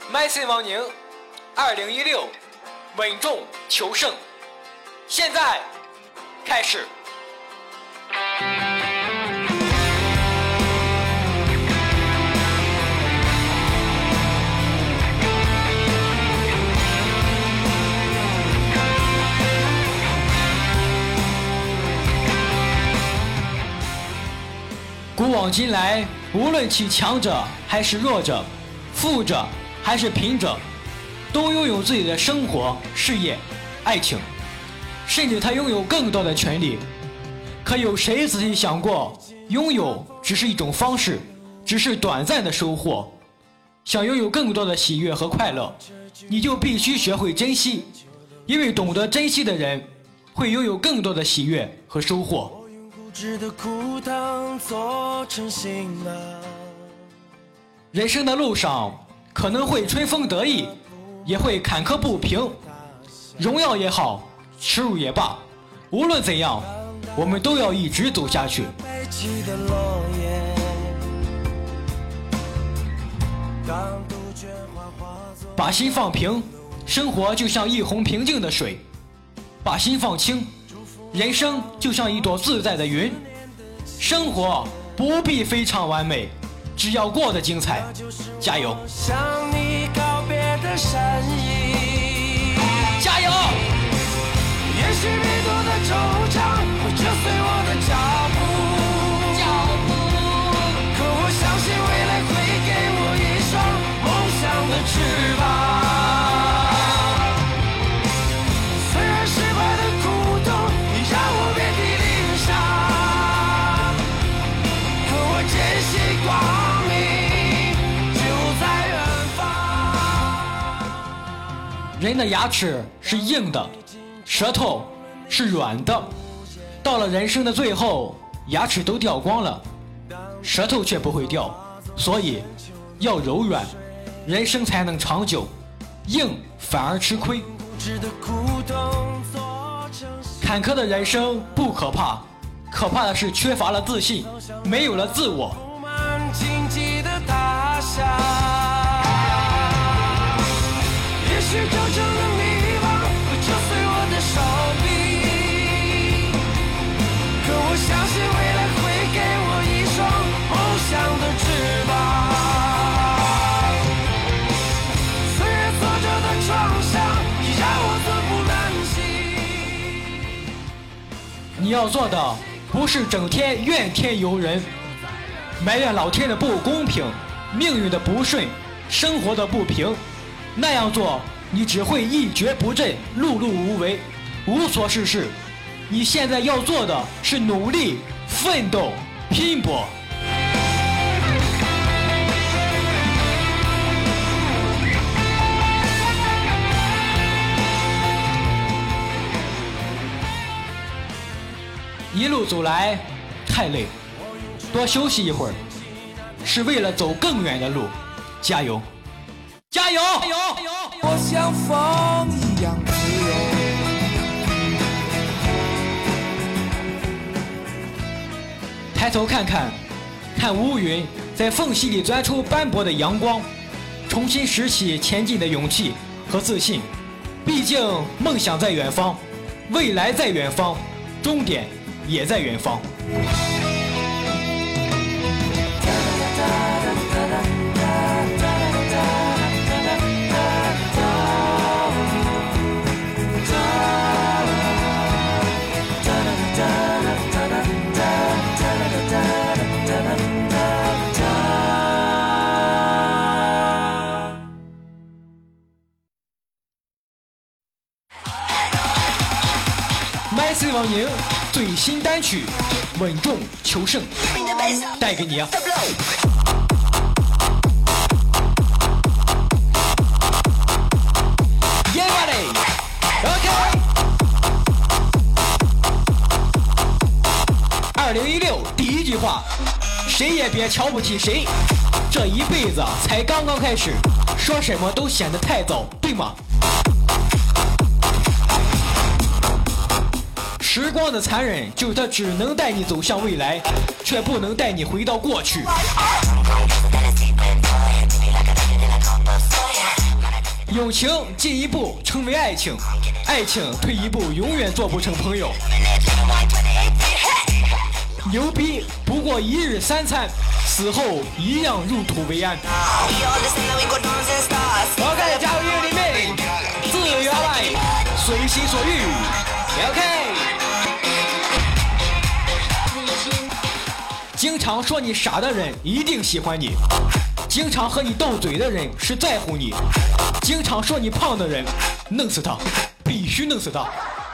MyC 王宁2016稳重求胜，现在开始。古往今来，无论其强者还是弱者，富者还是贫者，都拥有自己的生活、事业、爱情，甚至他拥有更多的权利。可有谁仔细想过，拥有只是一种方式，只是短暂的收获？想拥有更多的喜悦和快乐，你就必须学会珍惜，因为懂得珍惜的人，会拥有更多的喜悦和收获。人生的路上可能会春风得意，也会坎坷不平，荣耀也好，耻辱也罢，无论怎样，我们都要一直走下去。把心放平，生活就像一泓平静的水；把心放轻，人生就像一朵自在的云。生活不必非常完美，只要过得精彩，加油！向你告别的身影，加油！也许迷途的惆怅会折碎我的脚步，可我相信未来会给我一双梦想的翅膀。虽然失败的苦痛也让我遍体鳞伤，可我坚信光明就在远方。人的牙齿是硬的，舌头是软的，到了人生的最后，牙齿都掉光了，舌头却不会掉，所以要柔软，人生才能长久，硬反而吃亏。坎坷的人生不可怕，可怕的是缺乏了自信，没有了自我。也许高中的迷茫会折碎我的手臂，可我相信未来会给我一双梦想的翅膀。虽然挫折的创伤也让我寸步难行。你要做的不是整天怨天尤人，埋怨老天的不公平，命运的不顺，生活的不平，那样做你只会一蹶不振，碌碌无为，无所事事。你现在要做的是努力奋斗拼搏。一路走来太累，多休息一会儿，是为了走更远的路。加油加油！我像风一样自由。抬头看看，看乌云在缝隙里钻出斑驳的阳光，重新拾起前进的勇气和自信。毕竟梦想在远方，未来在远方，终点也在远方。MyC 王宁最新单曲《稳重求胜》带给你啊！耶巴嘞 ，OK。2016第一句话，谁也别瞧不起谁，这一辈子才刚刚开始，说什么都显得太早，对吗？时光的残忍，就是它只能带你走向未来，却不能带你回到过去。 友情进一步成为爱情，爱情退一步永远做不成朋友。牛逼不过一日三餐，死后一样入土为安。OK， 加入乐里面，自由来，随心所欲。OK。经常说你傻的人一定喜欢你，经常和你斗嘴的人是在乎你，经常说你胖的人，弄死他，必须弄死他。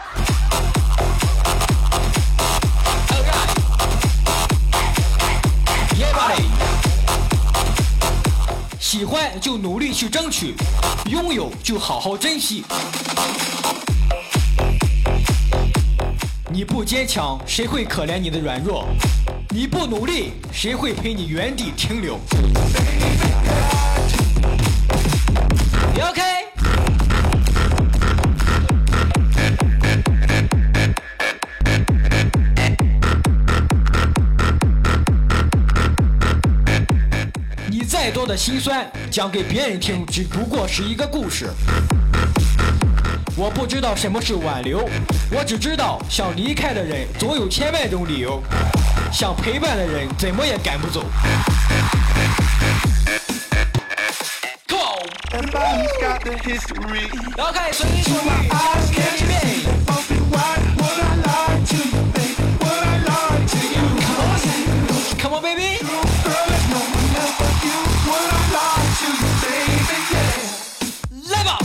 喜欢就努力去争取，拥有就好好珍惜。你不坚强，谁会可怜你的软弱？你不努力，谁会陪你原地停留 ？OK。你再多的心酸，讲给别人听，只不过是一个故事。我不知道什么是挽留，我只知道想离开的人总有千万种理由，想陪伴的人怎么也赶不走。OK， 随心所欲。Come on, baby。来吧。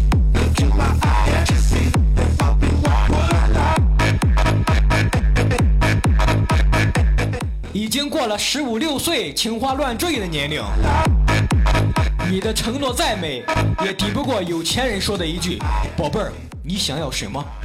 已经过了15、16岁情花乱坠的年龄，你的承诺再美，也抵不过有钱人说的一句：“宝贝儿，你想要什么？”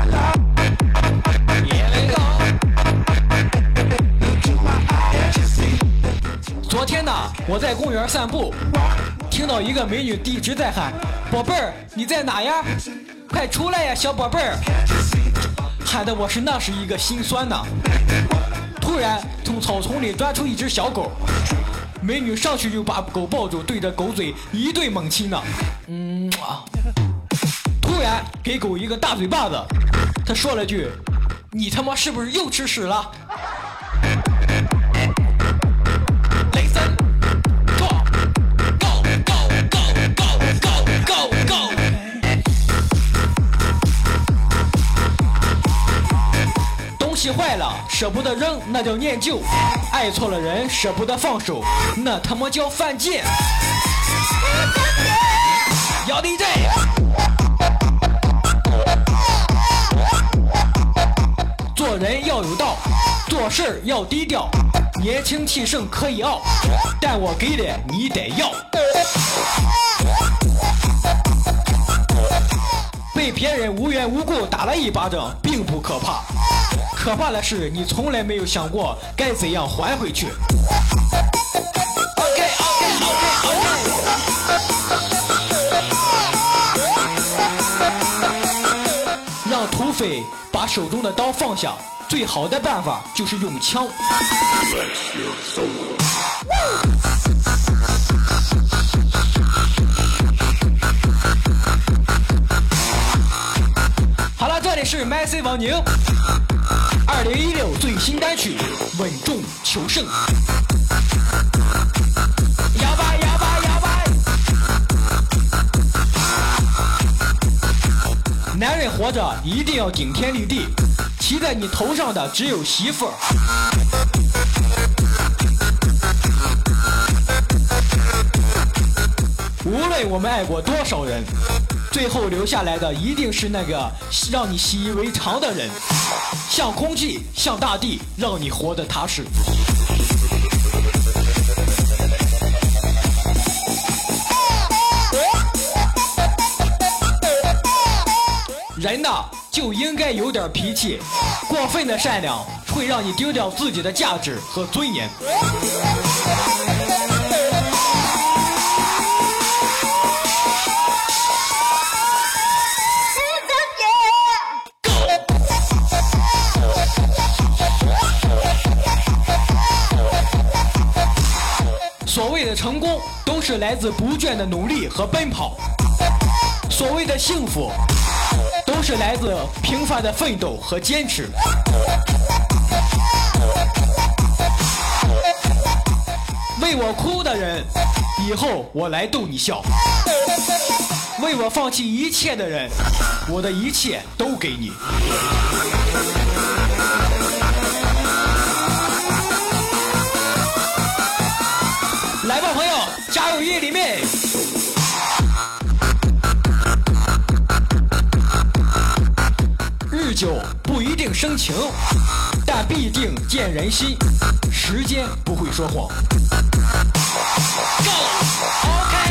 昨天呢，我在公园散步，听到一个美女一直在喊：“宝贝儿，你在哪呀？快出来呀，小宝贝儿！”喊得我是那是一个心酸呐。突然从草丛里钻出一只小狗，美女上去就把狗抱住，对着狗嘴一顿猛亲呢。突然给狗一个大嘴巴子，她说了句：“你他妈是不是又吃屎了？”雷森 ，Go go go go go go go。东西坏了舍不得扔，那叫念旧；爱错了人舍不得放手，那他妈叫犯贱。姚 DJ。做人要有道，做事要低调，年轻气盛可以傲，但我给的你得要。被别人无缘无故打了一巴掌并不可怕，可怕的是你从来没有想过该怎样还回去。让土匪把手中的刀放下，最好的办法就是用枪。好了，这里是 MC 王宁，2016最新单曲《稳重求胜》。摇摆摇摆摇摆，男人活着一定要顶天立地，骑在你头上的只有媳妇儿。无论我们爱过多少人，最后留下来的一定是那个让你习以为常的人，像空气，像大地，让你活得踏实。人呐，就应该有点脾气，过分的善良会让你丢掉自己的价值和尊严。所谓的成功，都是来自不倦的努力和奔跑。 所谓的幸福，都是来自平凡的奋斗和坚持。为我哭的人，以后我来逗你笑；为我放弃一切的人，我的一切都给你。来吧，朋友，加入夜里面。日久不一定生情，但必定见人心。时间不会说谎。Go， OK。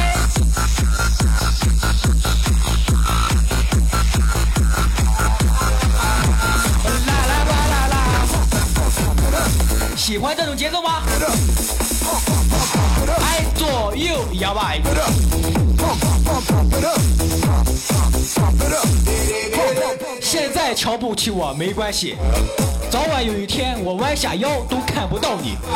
喜欢这种节奏吗？爱左右摇摆。现在瞧不起我没关系，早晚有一天我弯下腰都看不到你。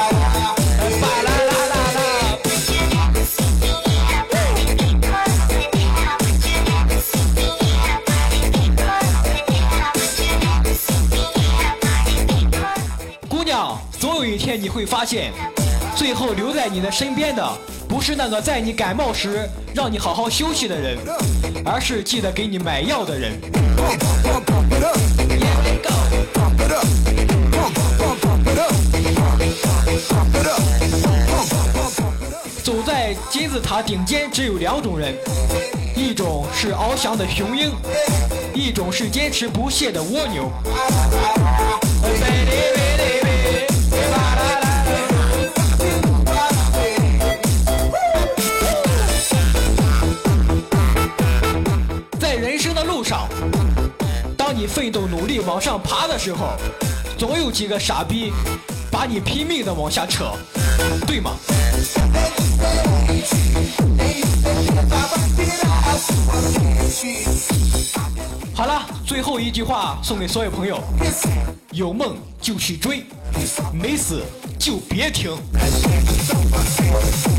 姑娘，总有一天你会发现，最后留在你的身边的不是那个在你感冒时让你好好休息的人，而是记得给你买药的人。走在金字塔顶尖只有两种人，一种是翱翔的雄鹰，一种是坚持不懈的蜗牛。在人生的路上，当你奋斗努力往上爬的时候，总有几个傻逼把你拼命的往下扯，对吗？好了，最后一句话送给所有朋友：有梦就去追，没死就别停。